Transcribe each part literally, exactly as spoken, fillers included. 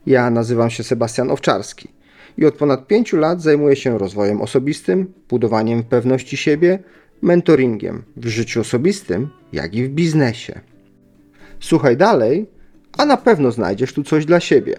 Ja nazywam się Sebastian Owczarski i od ponad pięciu lat zajmuję się rozwojem osobistym, budowaniem pewności siebie, mentoringiem w życiu osobistym, jak i w biznesie. Słuchaj dalej, a na pewno znajdziesz tu coś dla siebie.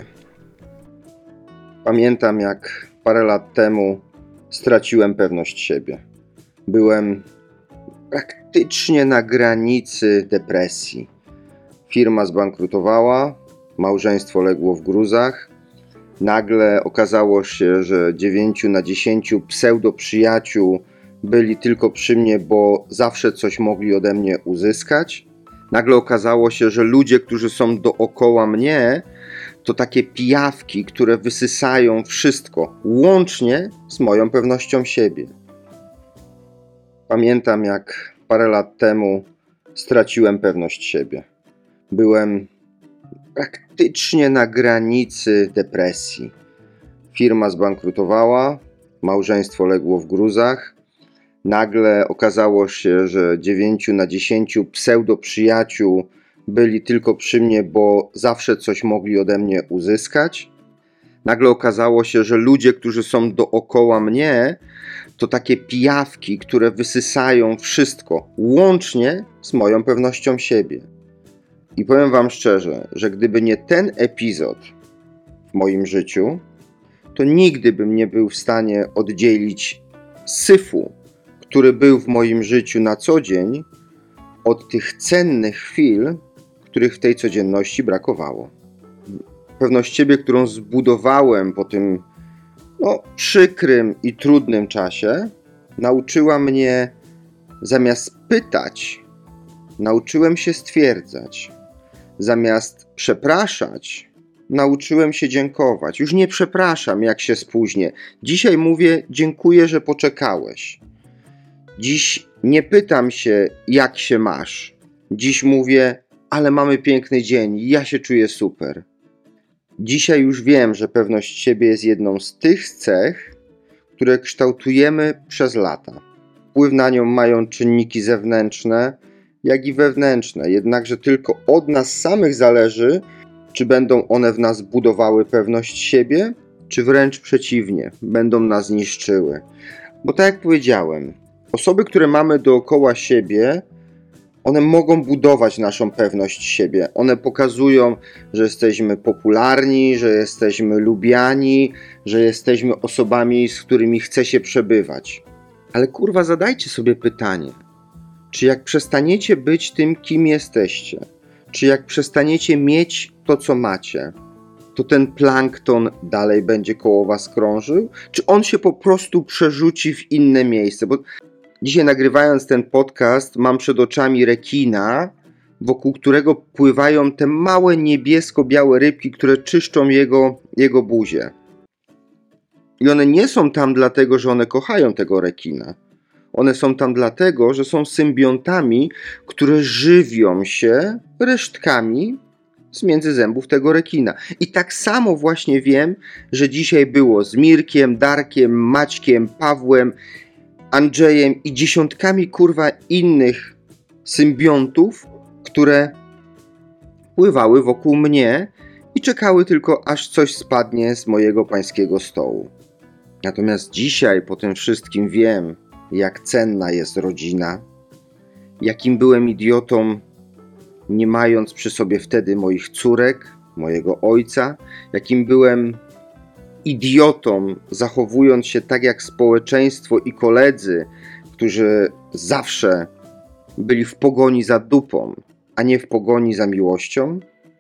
Pamiętam, jak parę lat temu straciłem pewność siebie. Byłem praktycznie na granicy depresji. Firma zbankrutowała, małżeństwo legło w gruzach. Nagle okazało się, że dziewięciu na dziesięciu pseudo-przyjaciół byli tylko przy mnie, bo zawsze coś mogli ode mnie uzyskać. Nagle okazało się, że ludzie, którzy są dookoła mnie, to takie pijawki, które wysysają wszystko, łącznie z moją pewnością siebie. Pamiętam, jak parę lat temu straciłem pewność siebie. Byłem praktycznie na granicy depresji. Firma zbankrutowała, małżeństwo legło w gruzach. Nagle okazało się, że dziewięciu na dziesięciu pseudo-przyjaciół byli tylko przy mnie, bo zawsze coś mogli ode mnie uzyskać. Nagle okazało się, że ludzie, którzy są dookoła mnie, to takie pijawki, które wysysają wszystko, łącznie z moją pewnością siebie. I powiem wam szczerze, że gdyby nie ten epizod w moim życiu, to nigdy bym nie był w stanie oddzielić syfu, który był w moim życiu na co dzień, od tych cennych chwil, których w tej codzienności brakowało. Pewność siebie, którą zbudowałem po tym no, przykrym i trudnym czasie, nauczyła mnie zamiast pytać, nauczyłem się stwierdzać. Zamiast przepraszać, nauczyłem się dziękować. Już nie przepraszam, jak się spóźnię. Dzisiaj mówię, dziękuję, że poczekałeś. Dziś nie pytam się, jak się masz. Dziś mówię, ale mamy piękny dzień, ja się czuję super. Dzisiaj już wiem, że pewność siebie jest jedną z tych cech, które kształtujemy przez lata. Wpływ na nią mają czynniki zewnętrzne, jak i wewnętrzne. Jednakże tylko od nas samych zależy, czy będą one w nas budowały pewność siebie, czy wręcz przeciwnie, będą nas niszczyły. Bo tak jak powiedziałem, osoby, które mamy dookoła siebie, one mogą budować naszą pewność siebie. One pokazują, że jesteśmy popularni, że jesteśmy lubiani, że jesteśmy osobami, z którymi chce się przebywać. Ale kurwa, zadajcie sobie pytanie, czy jak przestaniecie być tym, kim jesteście, czy jak przestaniecie mieć to, co macie, to ten plankton dalej będzie koło was krążył? Czy on się po prostu przerzuci w inne miejsce? Bo dzisiaj, nagrywając ten podcast, mam przed oczami rekina, wokół którego pływają te małe niebiesko-białe rybki, które czyszczą jego, jego buzię. I one nie są tam dlatego, że one kochają tego rekina. One są tam dlatego, że są symbiontami, które żywią się resztkami z między zębów tego rekina. I tak samo właśnie wiem, że dzisiaj było z Mirkiem, Darkiem, Maćkiem, Pawłem, Andrzejem i dziesiątkami kurwa innych symbiontów, które pływały wokół mnie i czekały tylko, aż coś spadnie z mojego pańskiego stołu. Natomiast dzisiaj po tym wszystkim wiem, jak cenna jest rodzina, jakim byłem idiotą, nie mając przy sobie wtedy moich córek, mojego ojca, jakim byłem idiotą, zachowując się tak jak społeczeństwo i koledzy, którzy zawsze byli w pogoni za dupą, a nie w pogoni za miłością.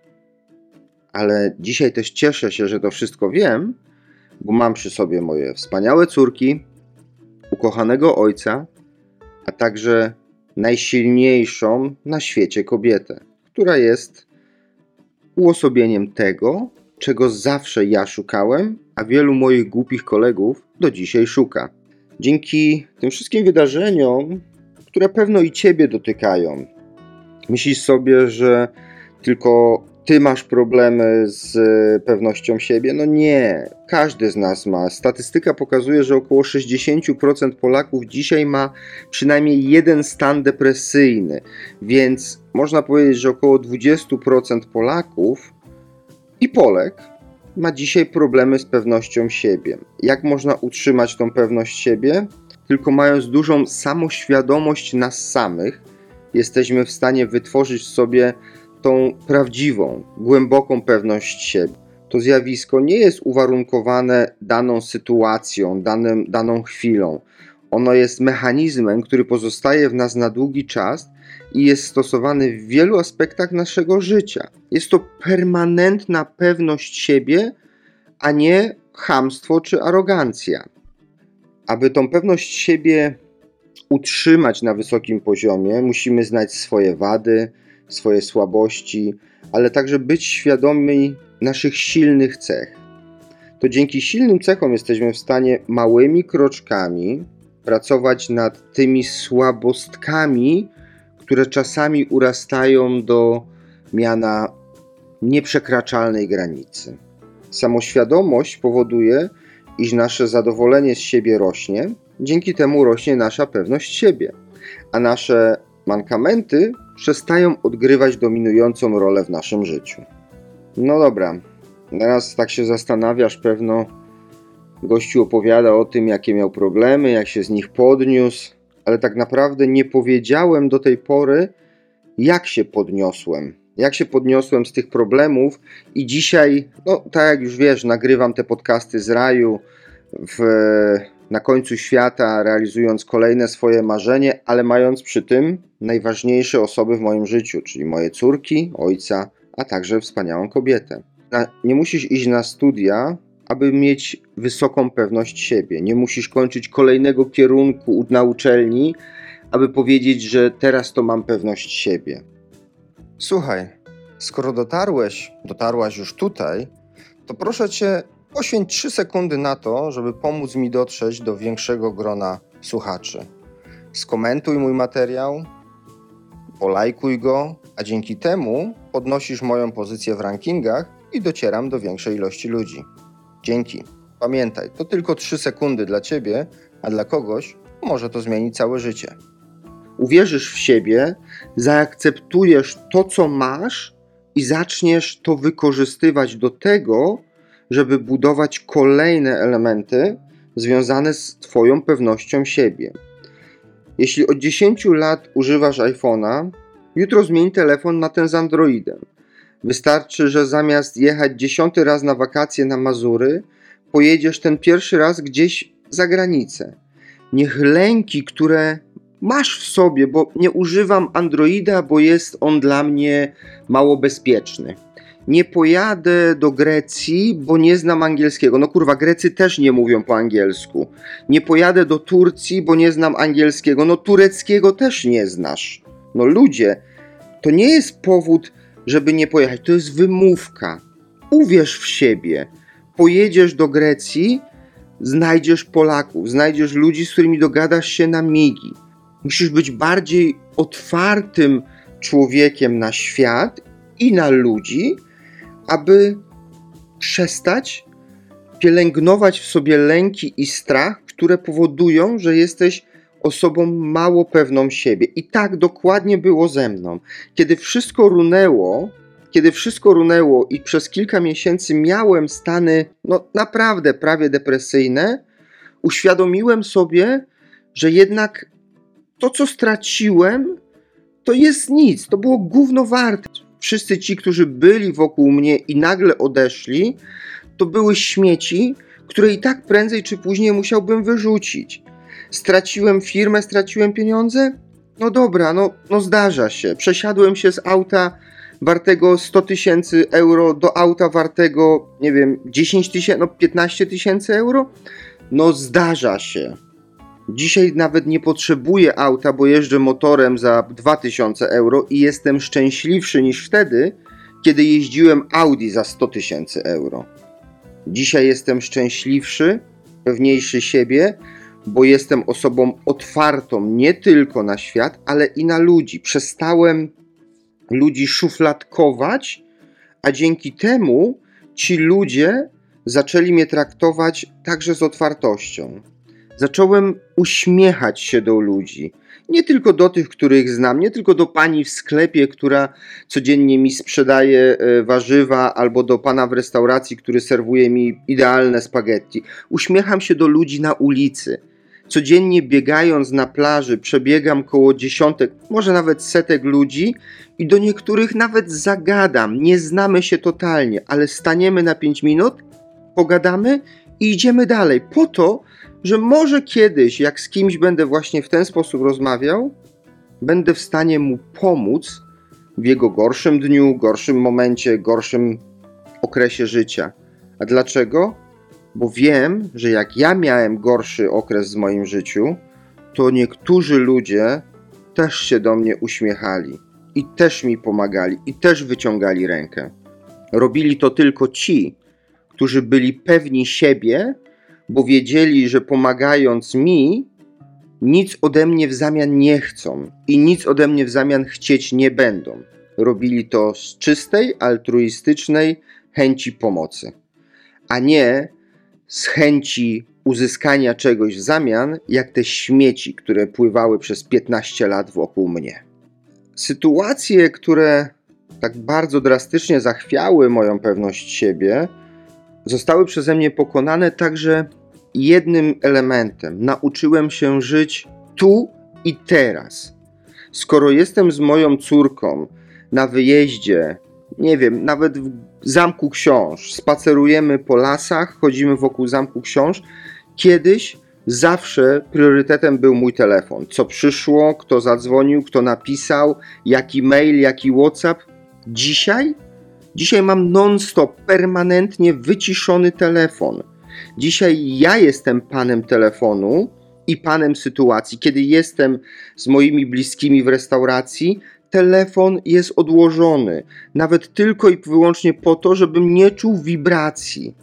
Ale dzisiaj też cieszę się, że to wszystko wiem, bo mam przy sobie moje wspaniałe córki, ukochanego ojca, a także najsilniejszą na świecie kobietę, która jest uosobieniem tego, czego zawsze ja szukałem, a wielu moich głupich kolegów do dzisiaj szuka. Dzięki tym wszystkim wydarzeniom, które pewno i ciebie dotykają, myślisz sobie, że tylko ty masz problemy z pewnością siebie? No nie, każdy z nas ma. Statystyka pokazuje, że około sześćdziesiąt procent Polaków dzisiaj ma przynajmniej jeden stan depresyjny, więc można powiedzieć, że około dwadzieścia procent Polaków i Polek ma dzisiaj problemy z pewnością siebie. Jak można utrzymać tą pewność siebie? Tylko mając dużą samoświadomość nas samych, jesteśmy w stanie wytworzyć sobie tą prawdziwą, głęboką pewność siebie. To zjawisko nie jest uwarunkowane daną sytuacją, danym, daną chwilą. Ono jest mechanizmem, który pozostaje w nas na długi czas i jest stosowany w wielu aspektach naszego życia. Jest to permanentna pewność siebie, a nie chamstwo czy arogancja. Aby tą pewność siebie utrzymać na wysokim poziomie, musimy znać swoje wady, swoje słabości, ale także być świadomi naszych silnych cech. To dzięki silnym cechom jesteśmy w stanie małymi kroczkami pracować nad tymi słabostkami, które czasami urastają do miana nieprzekraczalnej granicy. Samoświadomość powoduje, iż nasze zadowolenie z siebie rośnie, dzięki temu rośnie nasza pewność siebie, a nasze mankamenty przestają odgrywać dominującą rolę w naszym życiu. No dobra, teraz tak się zastanawiasz pewno, gościu opowiada o tym, jakie miał problemy, jak się z nich podniósł, ale tak naprawdę nie powiedziałem do tej pory, jak się podniosłem. Jak się podniosłem z tych problemów i dzisiaj, no tak jak już wiesz, nagrywam te podcasty z raju w, na końcu świata, realizując kolejne swoje marzenie, ale mając przy tym najważniejsze osoby w moim życiu, czyli moje córki, ojca, a także wspaniałą kobietę. Nie musisz iść na studia, aby mieć wysoką pewność siebie. Nie musisz kończyć kolejnego kierunku na uczelni, aby powiedzieć, że teraz to mam pewność siebie. Słuchaj, skoro dotarłeś, dotarłaś już tutaj, to proszę Cię, poświęć trzy sekundy na to, żeby pomóc mi dotrzeć do większego grona słuchaczy. Skomentuj mój materiał, polajkuj go, a dzięki temu podnosisz moją pozycję w rankingach i docieram do większej ilości ludzi. Dzięki. Pamiętaj, to tylko trzy sekundy dla Ciebie, a dla kogoś może to zmienić całe życie. Uwierzysz w siebie, zaakceptujesz to, co masz i zaczniesz to wykorzystywać do tego, żeby budować kolejne elementy związane z Twoją pewnością siebie. Jeśli od dziesięciu lat używasz iPhone'a, jutro zmień telefon na ten z Androidem. Wystarczy, że zamiast jechać dziesiąty raz na wakacje na Mazury, pojedziesz ten pierwszy raz gdzieś za granicę. Niech lęki, które masz w sobie, bo nie używam Androida, bo jest on dla mnie mało bezpieczny. Nie pojadę do Grecji, bo nie znam angielskiego. No kurwa, Grecy też nie mówią po angielsku. Nie pojadę do Turcji, bo nie znam angielskiego. No tureckiego też nie znasz. No ludzie, to nie jest powód, żeby nie pojechać. To jest wymówka. Uwierz w siebie. Pojedziesz do Grecji, znajdziesz Polaków, znajdziesz ludzi, z którymi dogadasz się na migi. Musisz być bardziej otwartym człowiekiem na świat i na ludzi, aby przestać pielęgnować w sobie lęki i strach, które powodują, że jesteś osobą mało pewną siebie. I tak dokładnie było ze mną. Kiedy wszystko runęło, kiedy wszystko runęło i przez kilka miesięcy miałem stany no naprawdę prawie depresyjne, uświadomiłem sobie, że jednak to, co straciłem, to jest nic. To było gówno warte. Wszyscy ci, którzy byli wokół mnie i nagle odeszli, to były śmieci, które i tak prędzej czy później musiałbym wyrzucić. Straciłem firmę, straciłem pieniądze? No dobra, no, no zdarza się. Przesiadłem się z auta wartego sto tysięcy euro do auta wartego, nie wiem, dziesięć tysięcy, no piętnaście tysięcy euro? No zdarza się. Dzisiaj nawet nie potrzebuję auta, bo jeżdżę motorem za dwa tysiące euro i jestem szczęśliwszy niż wtedy, kiedy jeździłem Audi za sto tysięcy euro. Dzisiaj jestem szczęśliwszy, pewniejszy siebie, bo jestem osobą otwartą nie tylko na świat, ale i na ludzi. Przestałem ludzi szufladkować, a dzięki temu ci ludzie zaczęli mnie traktować także z otwartością. Zacząłem uśmiechać się do ludzi. Nie tylko do tych, których znam, nie tylko do pani w sklepie, która codziennie mi sprzedaje warzywa, albo do pana w restauracji, który serwuje mi idealne spaghetti. Uśmiecham się do ludzi na ulicy. Codziennie biegając na plaży przebiegam koło dziesiątek, może nawet setek ludzi i do niektórych nawet zagadam. Nie znamy się totalnie, ale staniemy na pięć minut, pogadamy i idziemy dalej. Po to, że może kiedyś, jak z kimś będę właśnie w ten sposób rozmawiał, będę w stanie mu pomóc w jego gorszym dniu, gorszym momencie, gorszym okresie życia. A dlaczego? Bo wiem, że jak ja miałem gorszy okres w moim życiu, to niektórzy ludzie też się do mnie uśmiechali i też mi pomagali i też wyciągali rękę. Robili to tylko ci, którzy byli pewni siebie, bo wiedzieli, że pomagając mi, nic ode mnie w zamian nie chcą i nic ode mnie w zamian chcieć nie będą. Robili to z czystej, altruistycznej chęci pomocy, a nie z chęci uzyskania czegoś w zamian, jak te śmieci, które pływały przez piętnaście lat wokół mnie. Sytuacje, które tak bardzo drastycznie zachwiały moją pewność siebie, zostały przeze mnie pokonane także jednym elementem. Nauczyłem się żyć tu i teraz. Skoro jestem z moją córką na wyjeździe, nie wiem, nawet w Zamku Książ, spacerujemy po lasach, chodzimy wokół Zamku Książ, kiedyś zawsze priorytetem był mój telefon. Co przyszło, kto zadzwonił, kto napisał, jaki mail, jaki WhatsApp. Dzisiaj? Dzisiaj mam non-stop, permanentnie wyciszony telefon. Dzisiaj ja jestem panem telefonu i panem sytuacji. Kiedy jestem z moimi bliskimi w restauracji, telefon jest odłożony. Nawet tylko i wyłącznie po to, żebym nie czuł wibracji.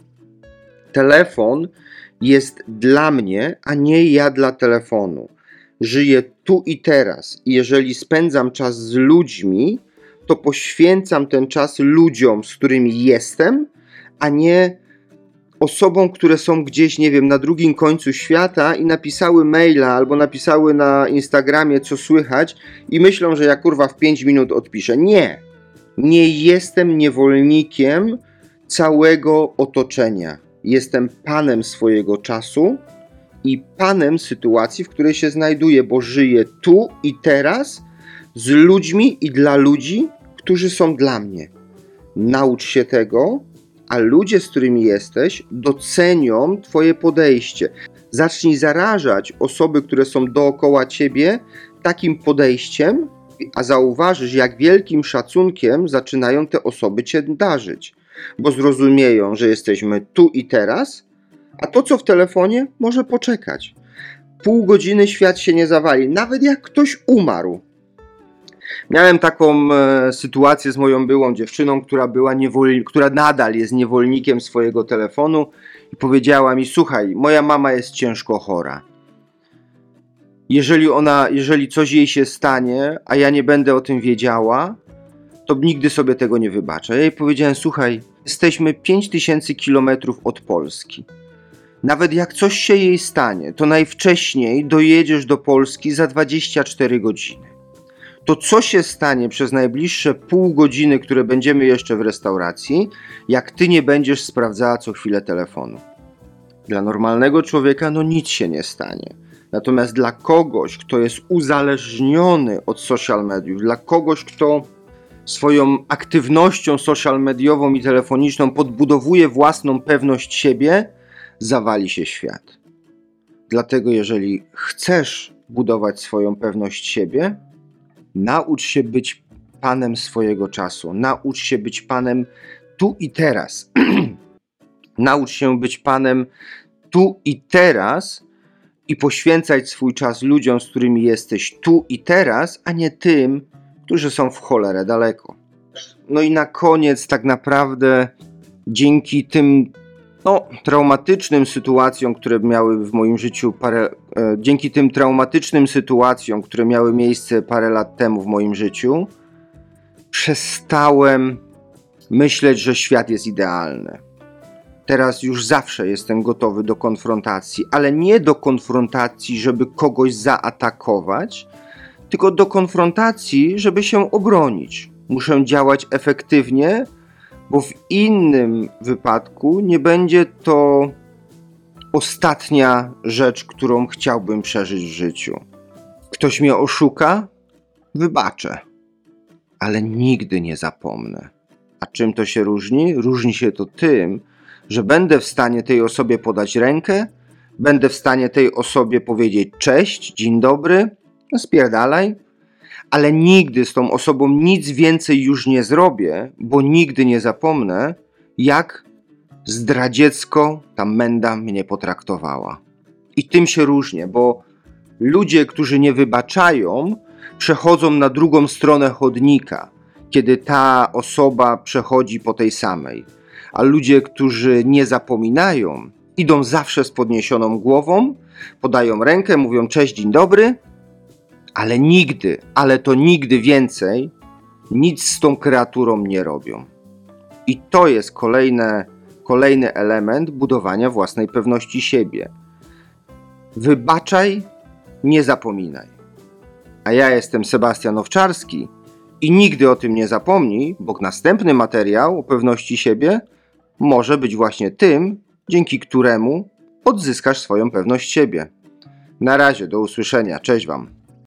Telefon jest dla mnie, a nie ja dla telefonu. Żyję tu i teraz. I jeżeli spędzam czas z ludźmi, to poświęcam ten czas ludziom, z którymi jestem, a nie osobom, które są gdzieś, nie wiem, na drugim końcu świata i napisały maila albo napisały na Instagramie, co słychać i myślą, że ja kurwa w pięć minut odpiszę. Nie. Nie jestem niewolnikiem całego otoczenia. Jestem panem swojego czasu i panem sytuacji, w której się znajduję, bo żyję tu i teraz z ludźmi i dla ludzi, którzy są dla mnie. Naucz się tego, a ludzie, z którymi jesteś, docenią twoje podejście. Zacznij zarażać osoby, które są dookoła ciebie takim podejściem, a zauważysz, jak wielkim szacunkiem zaczynają te osoby cię darzyć. Bo zrozumieją, że jesteśmy tu i teraz, a to, co w telefonie, może poczekać. Pół godziny świat się nie zawali, nawet jak ktoś umarł. Miałem taką e, sytuację z moją byłą dziewczyną, która, była niewol... która nadal jest niewolnikiem swojego telefonu i powiedziała mi: słuchaj, moja mama jest ciężko chora. Jeżeli ona, jeżeli coś jej się stanie, a ja nie będę o tym wiedziała, to nigdy sobie tego nie wybaczę. Ja jej powiedziałem: słuchaj, jesteśmy pięć tysięcy kilometrów od Polski. Nawet jak coś się jej stanie, to najwcześniej dojedziesz do Polski za dwadzieścia cztery godziny. To co się stanie przez najbliższe pół godziny, które będziemy jeszcze w restauracji, jak ty nie będziesz sprawdzała co chwilę telefonu? Dla normalnego człowieka no nic się nie stanie. Natomiast dla kogoś, kto jest uzależniony od social mediów, dla kogoś, kto swoją aktywnością social mediową i telefoniczną podbudowuje własną pewność siebie, zawali się świat. Dlatego jeżeli chcesz budować swoją pewność siebie, naucz się być panem swojego czasu. Naucz się być panem tu i teraz. Naucz się być panem tu i teraz i poświęcać swój czas ludziom, z którymi jesteś tu i teraz, a nie tym, którzy są w cholerę daleko. No i na koniec tak naprawdę dzięki tym no, traumatycznym sytuacjom, które miały w moim życiu parę, e, dzięki tym traumatycznym sytuacjom, które miały miejsce parę lat temu w moim życiu, przestałem myśleć, że świat jest idealny. Teraz już zawsze jestem gotowy do konfrontacji, ale nie do konfrontacji, żeby kogoś zaatakować, tylko do konfrontacji, żeby się obronić. Muszę działać efektywnie, bo w innym wypadku nie będzie to ostatnia rzecz, którą chciałbym przeżyć w życiu. Ktoś mnie oszuka? Wybaczę, ale nigdy nie zapomnę. A czym to się różni? Różni się to tym, że będę w stanie tej osobie podać rękę, będę w stanie tej osobie powiedzieć cześć, dzień dobry, no spierdalaj, ale nigdy z tą osobą nic więcej już nie zrobię, bo nigdy nie zapomnę, jak zdradziecko ta menda mnie potraktowała. I tym się różnię, bo ludzie, którzy nie wybaczają, przechodzą na drugą stronę chodnika, kiedy ta osoba przechodzi po tej samej. A ludzie, którzy nie zapominają, idą zawsze z podniesioną głową, podają rękę, mówią cześć, dzień dobry, ale nigdy, ale to nigdy więcej nic z tą kreaturą nie robią. I to jest kolejne, kolejny element budowania własnej pewności siebie. Wybaczaj, nie zapominaj. A ja jestem Sebastian Owczarski i nigdy o tym nie zapomnij, bo następny materiał o pewności siebie może być właśnie tym, dzięki któremu odzyskasz swoją pewność siebie. Na razie, do usłyszenia. Cześć Wam.